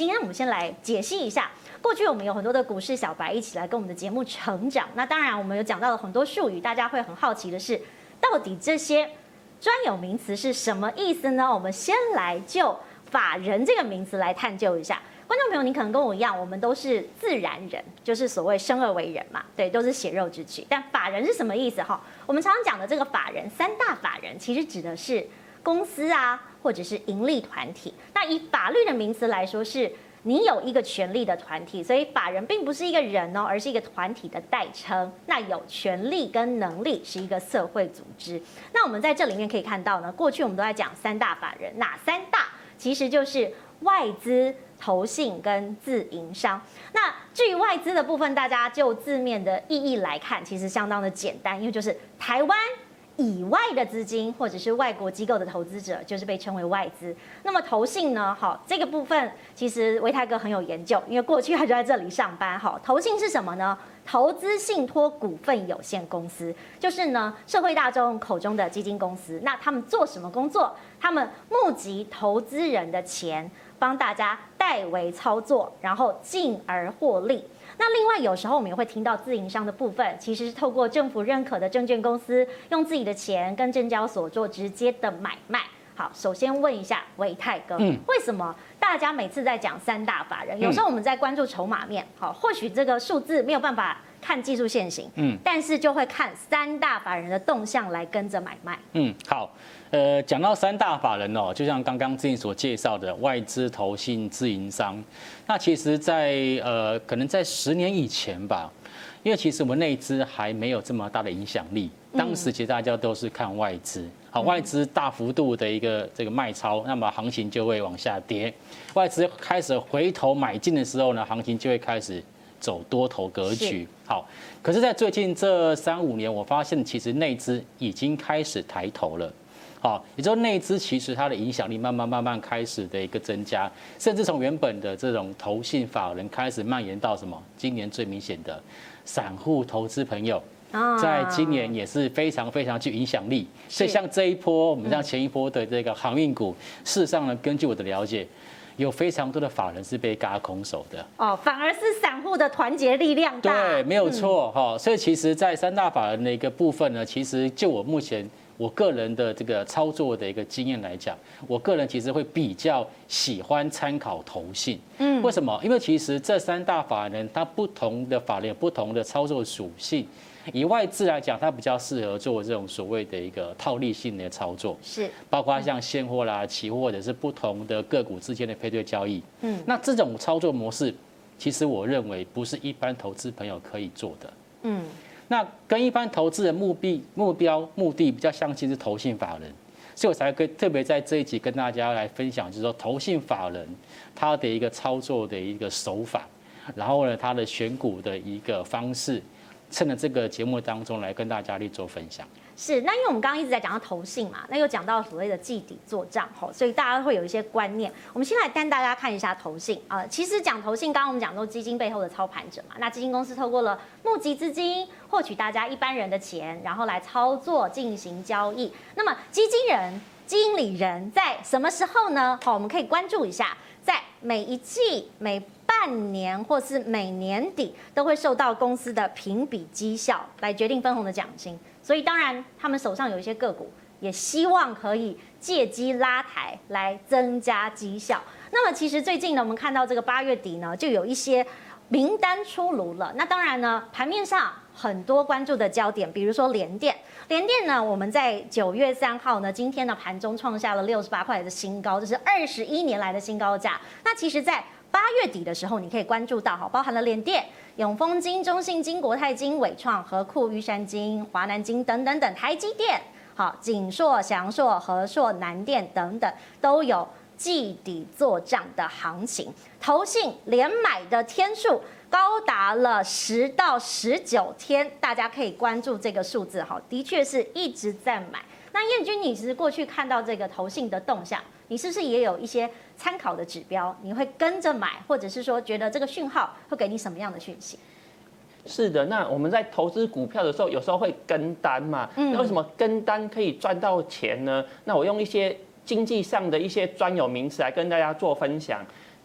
今天我们先来解析一下，过去我们有很多的股市小白一起来跟我们的节目成长。那当然，我们有讲到了很多术语，大家会很好奇的是，到底这些专有名词是什么意思呢？我们先来就法人这个名词来探究一下。观众朋友，你可能跟我一样，我们都是自然人，就是所谓生而为人嘛，对，都是血肉之躯。但法人是什么意思？哈，我们常常讲的这个法人，三大法人其实指的是公司啊，或者是盈利团体。那以法律的名词来说，是你有一个权利的团体，所以法人并不是一个人哦，而是一个团体的代称。那有权利跟能力是一个社会组织。那我们在这里面可以看到呢，过去我们都在讲三大法人，哪三大？其实就是外资、投信跟自营商。那至于外资的部分，大家就字面的意义来看，其实相当的简单，因为就是台湾以外的资金或者是外国机构的投资者，就是被称为外资。那么投信呢？好，这个部分其实维泰哥很有研究，因为过去他就在这里上班。好，投信是什么呢？投资信托股份有限公司，就是呢社会大众口中的基金公司。那他们做什么工作？他们募集投资人的钱，帮大家代为操作，然后进而获利。那另外有时候我们也会听到自营商的部分，其实是透过政府认可的证券公司，用自己的钱跟证交所做直接的买卖。好，首先问一下维泰哥，为什么大家每次在讲三大法人，有时候我们在关注筹码面，好，或许这个数字没有办法看技术线型，但是就会看三大法人的动向来跟着买卖。 好，讲到三大法人哦，就像刚刚之前所介绍的外资、投信、自营商，那其实在，可能在10年以前吧，因为其实我们内资还没有这么大的影响力，当时其实大家都是看外资。好，外资大幅度的一个这个卖超，那么行情就会往下跌。外资开始回头买进的时候呢，行情就会开始走多头格局。好，可是，在最近这3-5年，我发现其实内资已经开始抬头了。好，也就是内资其实它的影响力慢慢开始的一个增加，甚至从原本的这种投信法人开始蔓延到什么？今年最明显的散户投资朋友。在今年也是非常具影响力，所以像这一波，我们像前一波的这个航运股，事实上呢，根据我的了解，有非常多的法人是被轧空手的哦，反而是散户的团结力量大。 对，没有错哈。所以其实，在三大法人的一个部分呢，其实就我目前我个人的这个操作的一个经验来讲，我个人其实会比较喜欢参考投信。为什么？因为其实这三大法人，它不同的法人有不同的操作属性。以外资来讲，它比较适合做这种所谓的一个套利性的操作，是包括像现货啦、期货或者是不同的个股之间的配对交易。那这种操作模式，其实我认为不是一般投资朋友可以做的。那跟一般投资人目的比较相近是投信法人，所以我才会特别在这一集跟大家来分享，就是说投信法人他的一个操作的一个手法，然后呢，他的选股的一个方式。趁着这个节目当中来跟大家去做分享。 是，那因为我们刚刚一直在讲到投信嘛，那又讲到所谓的季底做账吼，所以大家会有一些观念。我们先来带大家看一下投信啊，其实讲投信，刚刚我们讲都基金背后的操盘者嘛，那基金公司透过了募集资金，获取大家一般人的钱，然后来操作进行交易。那么基金人、经理人在什么时候呢？好，我们可以关注一下，在每一季、每半年或是每年底都会受到公司的评比绩效来决定分红的奖金，所以当然他们手上有一些个股，也希望可以借机拉抬来增加绩效。那么其实最近呢，我们看到这个8月底呢，就有一些名单出炉了。那当然呢，盘面上很多关注的焦点，比如说联电呢，我们在9月3号呢，今天的盘中创下了68块的新高，这是21年来的新高价。那其实，在8月底的时候，你可以关注到包含了联电、永丰金、中信金、国泰金、伟创、和库、玉山金、华南金等，台积电、景硕、祥硕、和硕、南电等等，都有季底做账的行情。投信连买的天数高达了10到19天，大家可以关注这个数字的确是一直在买。那燕君，你其实过去看到这个投信的动向，你是不是也有一些参考的指标？你会跟着买，或者是说觉得这个讯号会给你什么样的讯息？ 是的，那我们在投资股票的时候，有时候会跟单嘛。那为什么跟单可以赚到钱呢？那我用一些经济上的一些专有名词来跟大家做分享。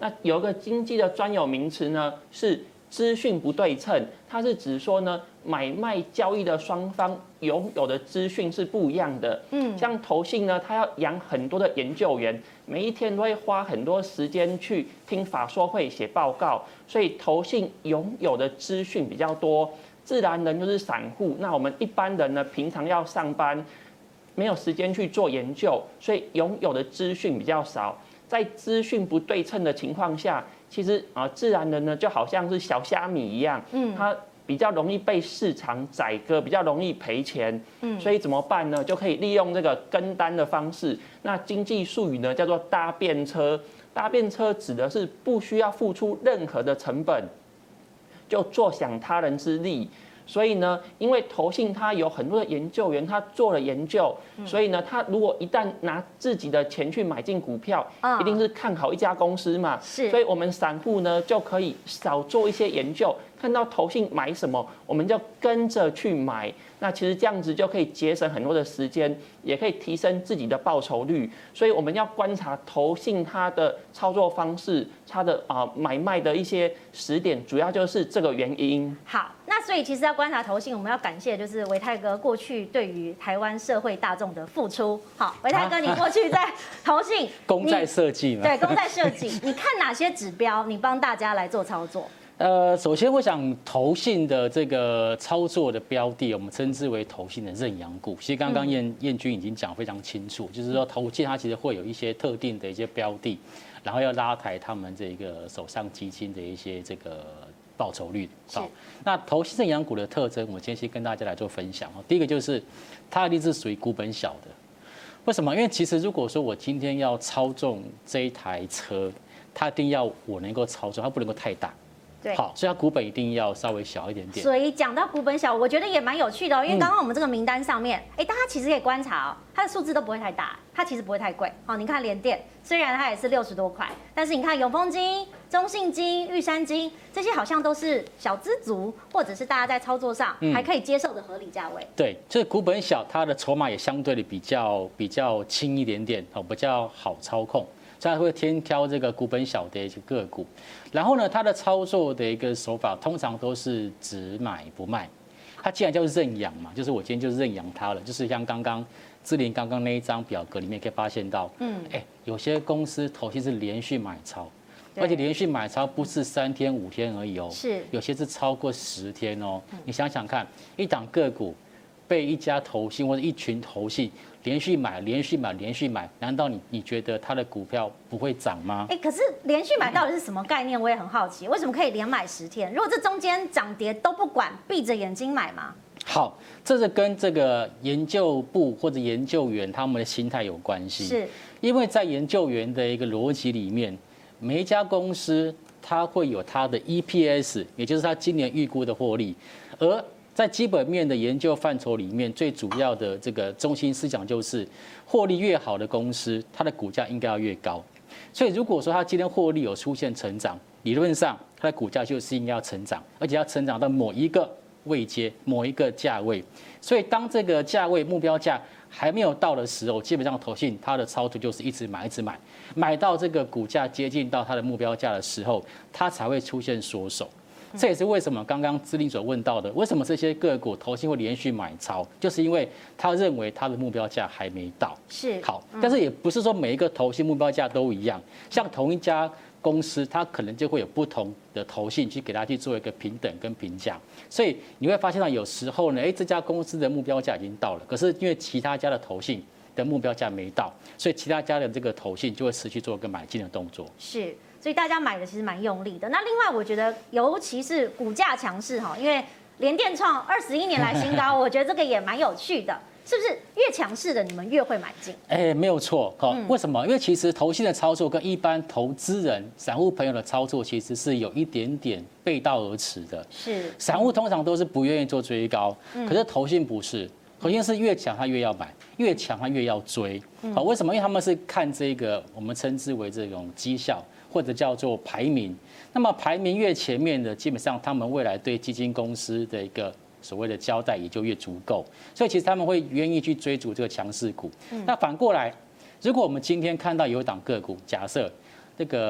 那有一个经济的专有名词呢，是资讯不对称，它是指说呢，买卖交易的双方拥有的资讯是不一样的。像投信呢，它要养很多的研究员，每一天都会花很多时间去听法说会、写报告，所以投信拥有的资讯比较多。自然人就是散户，那我们一般人呢，平常要上班，没有时间去做研究，所以拥有的资讯比较少。在资讯不对称的情况下，其实自然人呢就好像是小虾米一样，它比较容易被市场宰割，比较容易赔钱，所以怎么办呢？就可以利用这个跟单的方式。那经济术语呢叫做搭便车，搭便车指的是不需要付出任何的成本，就坐享他人之利。所以呢，因为投信它有很多的研究员，他做了研究，所以呢，他如果一旦拿自己的钱去买进股票，一定是看好一家公司嘛。所以我们散户呢就可以少做一些研究，看到投信买什么，我们就跟着去买。那其实这样子就可以节省很多的时间，也可以提升自己的报酬率。所以我们要观察投信它的操作方式，它的买卖的一些时点，主要就是这个原因。 好，那所以其实要观察投信，我们要感谢就是维泰哥过去对于台湾社会大众的付出。好，维泰哥，你过去在投信公债设计嘛？ 对，公债设计，你看哪些指标，你帮大家来做操作？ 首先我想投信的这个操作的标的，我们称之为投信的认养股。其实刚刚燕君已经讲非常清楚，就是说投信它其实会有一些特定的一些标的，然后要拉抬他们这个手上基金的一些这个报酬率。好，那投信认养股的特征，我今天先跟大家来做分享。第一个就是它一定是属于股本小的。为什么？因为其实如果说我今天要操纵这一台车，它一定要我能够操纵，它不能够太大。好，所以它股本一定要稍微小一点点。 所以讲到股本小，我觉得也蛮有趣的哦。因为刚刚我们这个名单上面，大家其实可以观察哦，它的数字都不会太大，它其实不会太贵。好，你看联电，虽然它也是60多块，但是你看永丰金、中信金、玉山金这些好像都是小资族，或者是大家在操作上还可以接受的合理价位。 对，就是股本小，它的筹码也相对的比较轻一点点，比较好操控。所以它会天挑这个股本小的一些个股，然后呢，它的操作的一个手法通常都是只买不卖。它既然叫认养嘛，就是我今天就认养它了，就是像志玲刚刚那一张表格里面可以发现到，有些公司投信是连续买超，而且连续买超不是3天5天而已哦，是有些是超过10天哦。你想想看，一档个股被一家投信或者一群投信连续买，难道你觉得它的股票不会涨吗？ 可是连续买到底是什么概念？我也很好奇，为什么可以连买10天？如果这中间涨跌都不管，闭着眼睛买吗？ 好，这是跟这个研究部或者研究员他们的心态有关系。是，因为在研究员的一个逻辑里面，每一家公司它会有它的 EPS， 也就是它今年预估的获利，而在基本面的研究范畴里面，最主要的这个中心思想就是，获利越好的公司，它的股价应该要越高。所以如果说它今天获利有出现成长，理论上它的股价就是应该要成长，而且要成长到某一个位阶、某一个价位。所以当这个价位目标价还没有到的时候，基本上投信它的操作就是一直买，买到这个股价接近到它的目标价的时候，它才会出现缩手。这也是为什么刚刚志玲所问到的，为什么这些个股投信会连续买超，就是因为他认为他的目标价还没到。是好，但是也不是说每一个投信目标价都一样，像同一家公司，它可能就会有不同的投信去给它去做一个平等跟评价，所以你会发现到有时候呢，这家公司的目标价已经到了，可是因为其他家的投信的目标价没到，所以其他家的这个投信就会持续做一个买进的动作。是。所以大家买的其实蛮用力的。那另外，我觉得尤其是股价强势哈，因为联电创21年来新高，我觉得这个也蛮有趣的。是不是越强势的你们越会买进？没有错。为什么？因为其实投信的操作跟一般投资人、散户朋友的操作其实是有一点点背道而驰的。是，散户通常都是不愿意做追高，可是投信不是。投信是越强他越要买，越强他越要追。好，为什么？因为他们是看这个我们称之为这种绩效，或者叫做排名。那么排名越前面的，基本上他们未来对基金公司的一个所谓的交代也就越足够。所以其实他们会愿意去追逐这个强势股。那反过来，如果我们今天看到有一档个股，假设这个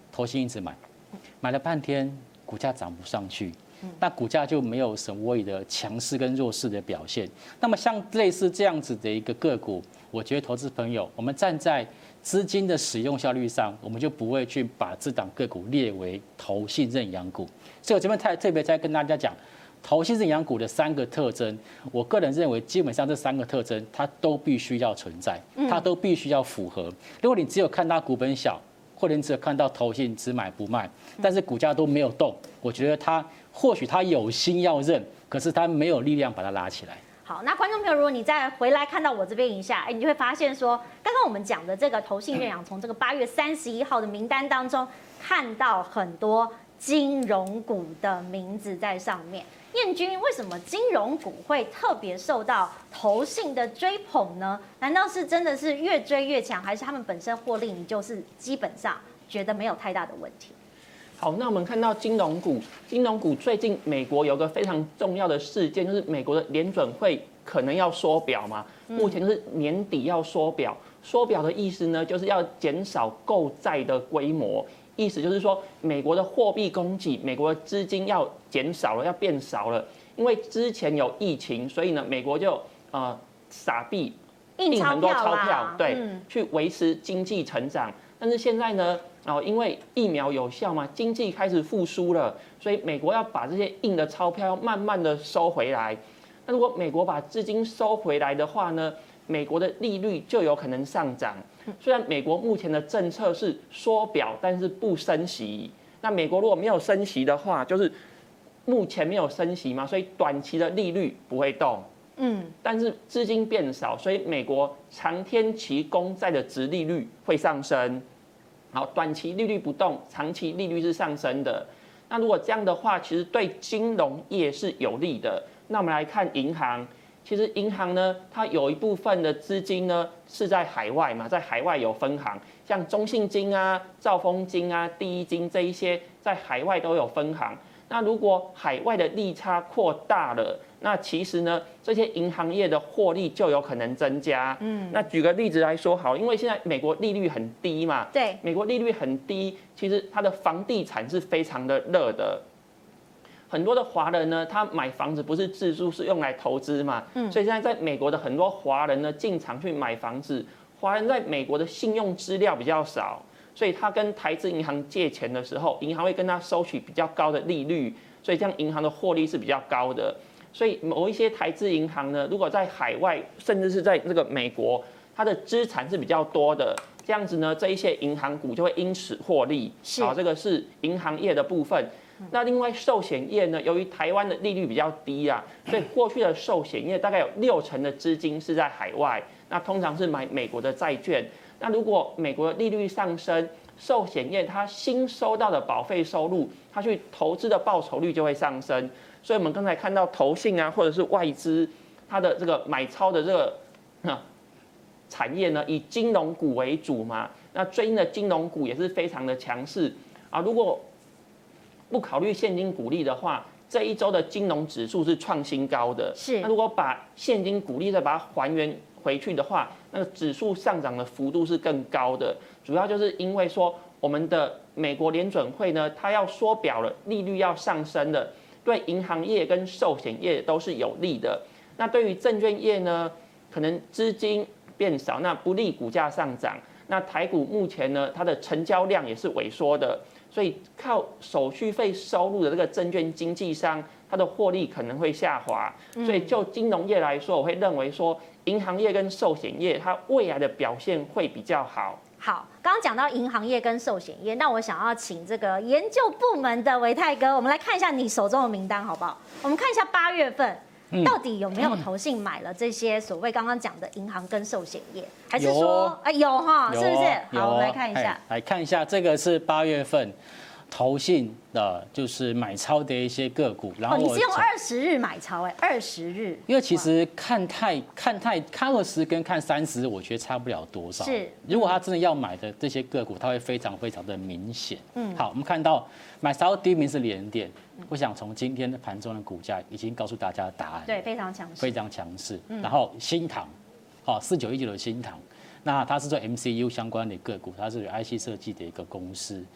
投信一直买了半天，股价涨不上去。那股价就没有什谓的强势跟弱势的表现。那么像类似这样子的一个个股，我觉得投资朋友，我们站在资金的使用效率上，我们就不会去把这档个股列为投信认养股。所以我这边特别再跟大家讲，投信认养股的3个特征，我个人认为基本上这3个特征它都必须要存在，它都必须要符合。如果你只有看它股本小，或者你只有看到投信只买不卖，但是股价都没有动，我觉得它或许它有心要认，可是它没有力量把它拉起来。 好，那观众朋友，如果你再回来看到我这边一下，你就会发现说，刚刚我们讲的这个投信认养，从这个8月31号的名单当中看到很多金融股的名字在上面。彦君，为什么金融股会特别受到投信的追捧呢？难道是真的是越追越强，还是他们本身获利，你就是基本上觉得没有太大的问题？ 好，那我们看到金融股最近美国有个非常重要的事件，就是美国的联准会可能要缩表嘛，目前是年底要缩表。缩表的意思呢，就是要减少购债的规模，意思就是说美国的货币供给，美国的资金要减少了，要变少了。因为之前有疫情，所以呢，美国就撒币印很多钞票，对，去维持经济成长。但是现在呢，因为疫苗有效嘛，经济开始复苏了，所以美国要把这些印的钞票要慢慢的收回来。那如果美国把资金收回来的话呢，美国的利率就有可能上涨。虽然美国目前的政策是缩表，但是不升息。那美国如果没有升息的话，就是目前没有升息嘛，所以短期的利率不会动。但是资金变少，所以美国长天期公债的殖利率会上升。好，短期利率不动，长期利率是上升的。那如果这样的话，其实对金融业是有利的。那我们来看银行，其实银行呢，它有一部分的资金呢是在海外嘛，在海外有分行，像中信金啊、兆丰金啊、第一金这一些，在海外都有分行。那如果海外的利差扩大了，那其实呢，这些银行业的获利就有可能增加。那举个例子来说好，因为现在美国利率很低嘛， 对， 美国利率很低，其实它的房地产是非常的热的。很多的华人呢，他买房子不是自住，是用来投资嘛。所以现在在美国的很多华人呢，进场去买房子，华人在美国的信用资料比较少。所以他跟台资银行借钱的时候，银行会跟他收取比较高的利率，所以这样银行的获利是比较高的。所以某一些台资银行呢，如果在海外，甚至是在这个美国，它的资产是比较多的，这样子呢，这一些银行股就会因此获利。好，这个是银行业的部分。那另外寿险业呢，由于台湾的利率比较低啊，所以过去的寿险业大概有60%的资金是在海外，那通常是买美国的债券。那如果美国的利率上升，寿险业它新收到的保费收入，它去投资的报酬率就会上升。所以我们刚才看到投信啊，或者是外资，它的这个买超的这个产业呢，以金融股为主嘛。那最近的金融股也是非常的强势啊。如果不考虑现金股利的话，这一周的金融指数是创新高的。 是。 那如果把现金股利再把它还原回去的话，那个指数上涨的幅度是更高的。主要就是因为说，我们的美国联准会呢，它要缩表了，利率要上升了，对银行业跟寿险业都是有利的。那对于证券业呢，可能资金变少，那不利股价上涨。那台股目前呢，它的成交量也是萎缩的，所以靠手续费收入的这个证券经纪商，它的获利可能会下滑。所以就金融业来说，我会认为说，银行业跟寿险业它未来的表现会比较好。 好，刚刚讲到银行业跟寿险业，那我想要请这个研究部门的维泰哥，我们来看一下你手中的名单好不好？我们看一下8月份。到底有没有投信买了这些所谓刚刚讲的银行跟寿险业，还是说有哈？是不是？好，我们来看一下。 来看一下，这个是8月份投信的，就是买超的一些个股。然后你是用20日买超20日。 因为其实看20跟看30，我觉得差不了多少。 是。 如果他真的要买的这些个股，它会非常非常的明显。好，我们看到买超第一名是联电。我想从今天的盘中的股价已经告诉大家答案， 对，非常强势， 非常强势。然后新唐，4919的新唐，那它是做 MCU 相关的个股，它是有 IC 设计的一个公司。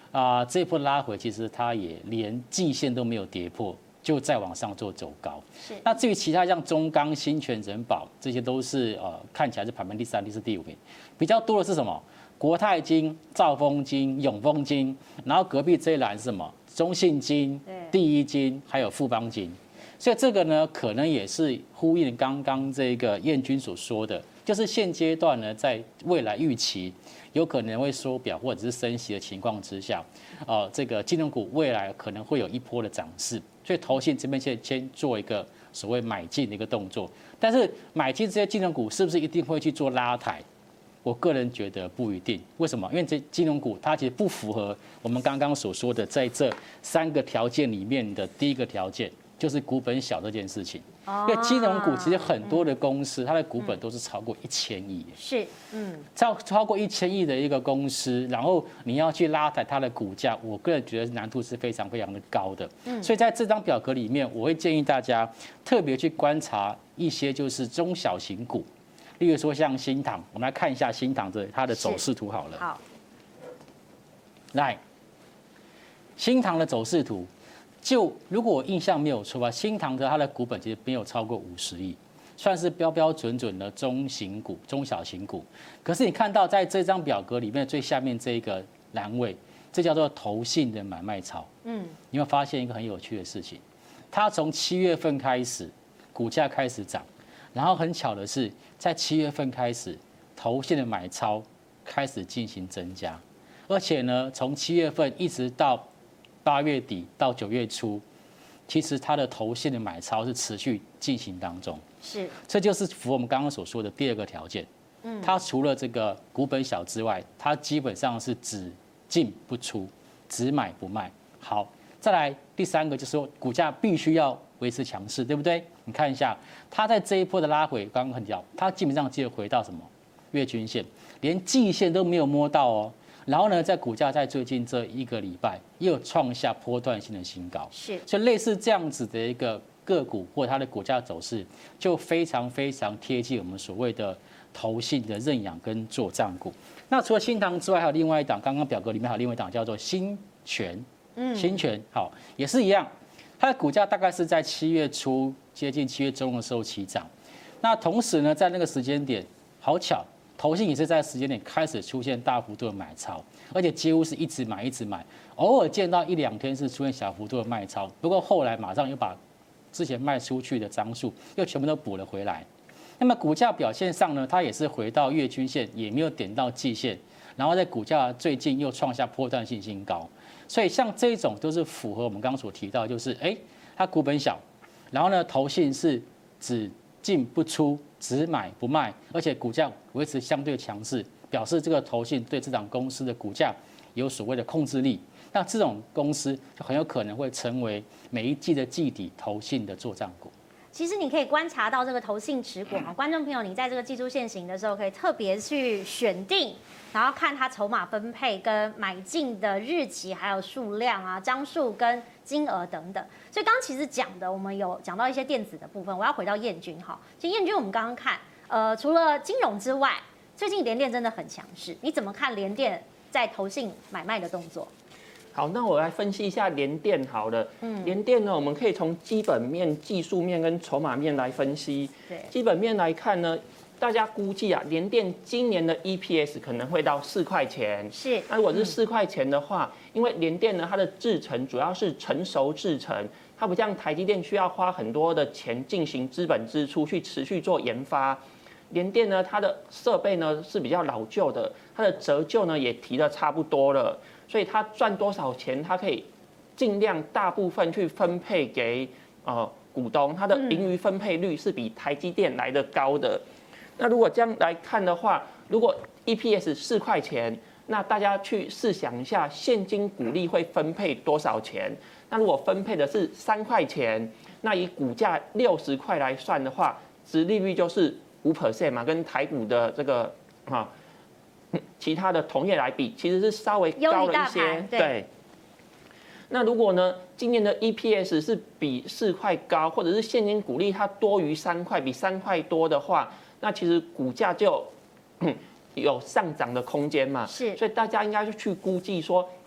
这一波拉回，其实它也连季线都没有跌破，就再往上做走高。那至于其他像中钢、新泉、人保，这些都是看起来是排名第3、第4、第5名，比较多的是什么？国泰金、兆丰金、永丰金，然后隔壁这一栏是什么？中信金、第一金，还有富邦金。所以这个呢，可能也是呼应刚刚这个彦君所说的，就是现阶段呢，在未来预期有可能会缩表或者是升息的情况之下，这个金融股未来可能会有一波的涨势。所以投信这边先做一个所谓买进的一个动作，但是买进这些金融股是不是一定会去做拉抬？我个人觉得不一定，为什么？因为这金融股它其实不符合我们刚刚所说的，在这3个条件里面的第一个条件，就是股本小这件事情。因为金融股其实很多的公司，它的股本都是超过1000亿， 是， 超过1000亿的一个公司，然后你要去拉抬它的股价，我个人觉得难度是非常非常的高的。所以在这张表格里面，我会建议大家特别去观察一些就是中小型股。例如说像新唐，我们来看一下新唐的它的走势图好了。 好， 来，新唐的走势图，就如果我印象没有错吧，新唐的它的股本其实没有超过50亿，算是标标准准的中型股、中小型股。可是你看到在这张表格里面最下面这一个栏位，这叫做投信的买卖超。你会发现一个很有趣的事情，它从7月份开始，股价开始涨。然后很巧的是，在7月份开始，投信的买超开始进行增加，而且呢，从7月份一直到8月底到9月初，其实它的投信的买超是持续进行当中。 是， 这就是符合我们刚刚所说的第2个条件。它除了这个股本小之外，它基本上是只进不出，只买不卖。好，再来第3个就是说，股价必须要维持强势，对不对？你看一下，它在这一波的拉回，刚刚很屌，它基本上只有回到什么月均线，连季线都没有摸到哦。然后呢，在股价在最近这1个礼拜又创下波段性的新高， 是， 所以类似这样子的一个个股或它的股价走势，就非常非常贴近我们所谓的投信的认养跟做账股。那除了新唐之外，还有另外一档，刚刚表格里面还有另外一档叫做新泉，新泉好也是一样。它的股价大概是在7月初接近7月中的时候起涨，那同时呢，在那个时间点，好巧，投信也是在时间点开始出现大幅度的买超，而且几乎是一直买一直买，偶尔见到1、2天是出现小幅度的卖超，不过后来马上又把之前卖出去的张数又全部都补了回来。那么股价表现上呢，它也是回到月均线，也没有点到季线，然后在股价最近又创下波段性新高。所以像这种都是符合我们刚刚所提到，就是它股本小，然后呢投信是只进不出，只买不卖，而且股价维持相对强势，表示这个投信对这档公司的股价有所谓的控制力。那这种公司就很有可能会成为每一季的季底投信的作账股。 其实你可以观察到这个投信持股观众朋友，你在这个季度线型的时候，可以特别去选定，然后看它筹码分配跟买进的日期，还有数量啊、张数跟金额等等。所以刚刚其实讲的，我们有讲到一些电子的部分，我要回到彦君哈。其实彦君我们刚刚看，除了金融之外，最近联电真的很强势，你怎么看联电在投信买卖的动作？ 好，那我来分析一下联电好了。联电呢，我们可以从基本面、技术面跟筹码面来分析。 对， 基本面来看呢，大家估计啊，联电今年的 EPS 可能会到4块钱。 是， 那如果是4块钱的话，因为联电呢，它的制程主要是成熟制程，它不像台积电需要花很多的钱进行资本支出去持续做研发。联电呢，它的设备呢是比较老旧的，它的折旧呢也提得差不多了。所以它赚多少钱，它可以尽量大部分去分配给股东，它的盈余分配率是比台积电来得高的。那如果这样来看的话，如果 EPS 4块钱，那大家去试想一下，现金股利会分配多少钱？那如果分配的是3块钱，那以股价60块来算的话，殖利率就是5% 嘛，跟台股的这个其他的同业来比，其实是稍微高了一些。对。那如果呢，今年的 EPS 是比4块高，或者是现金股利它多于3块，比3块多的话，那其实股价就有上涨的空间嘛。 是。 所以大家应该去估计说，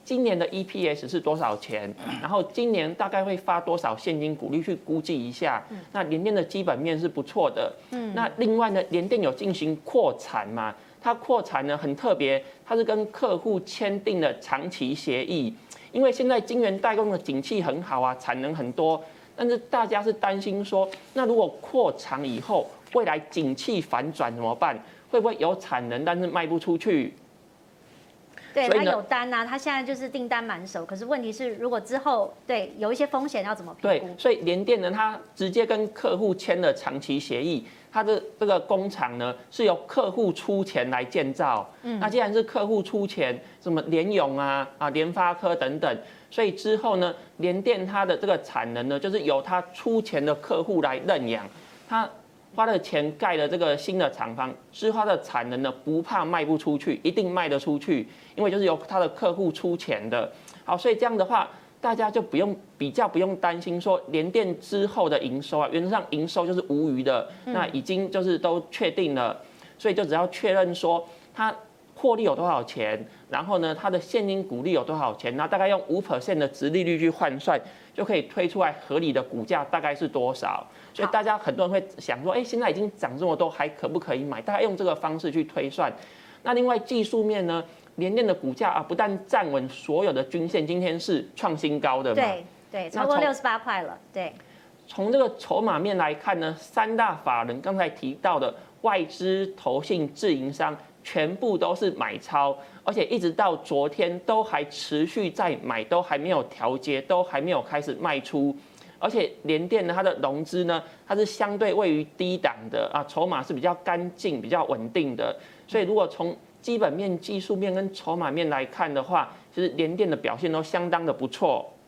今年的 EPS 是多少钱，然后今年大概会发多少现金股利去估计一下。那联电的基本面是不错的。那另外呢，联电有进行扩产嘛？它扩产呢很特别，它是跟客户签订了长期协议。因为现在晶圆代工的景气很好啊，产能很多，但是大家是担心说，那如果扩厂以后，未来景气反转怎么办？会不会有产能但是卖不出去？ 对，它有单啊，它现在就是订单满手，可是问题是，如果之后对有一些风险要怎么评估？ 对，所以联电呢，它直接跟客户签了长期协议，它的这个工厂呢是由客户出钱来建造。那既然是客户出钱，什么联咏啊、联发科等等，所以之后呢，联电它的这个产能呢，就是由它出钱的客户来认养，它花了钱盖了这个新的厂房，之后它的产能呢不怕卖不出去，一定卖得出去，因为就是由它的客户出钱的。好，所以这样的话，大家就比较不用担心说联电之后的营收啊，原则上营收就是无虞的，那已经就是都确定了，所以就只要确认说它获利有多少钱，然后呢它的现金股利有多少钱，然后大概用5% 的殖利率去换算，就可以推出来合理的股价大概是多少。所以大家很多人会想说，现在已经涨这么多，还可不可以买？大概用这个方式去推算。那另外技术面呢，联电的股价啊，不但站稳所有的均线，今天是创新高的嘛？ 对，超过68块了。对。 从这个筹码面来看呢，三大法人刚才提到的外资、投信、自营商，全部都是买超，而且一直到昨天都还持续在买，都还没有调节，都还没有开始卖出。而且联电呢，它的融资呢，它是相对位于低档的啊，筹码是比较干净、比较稳定的。所以如果从基本面、技术面跟筹码面来看的话，其实联电的表现都相当的不错。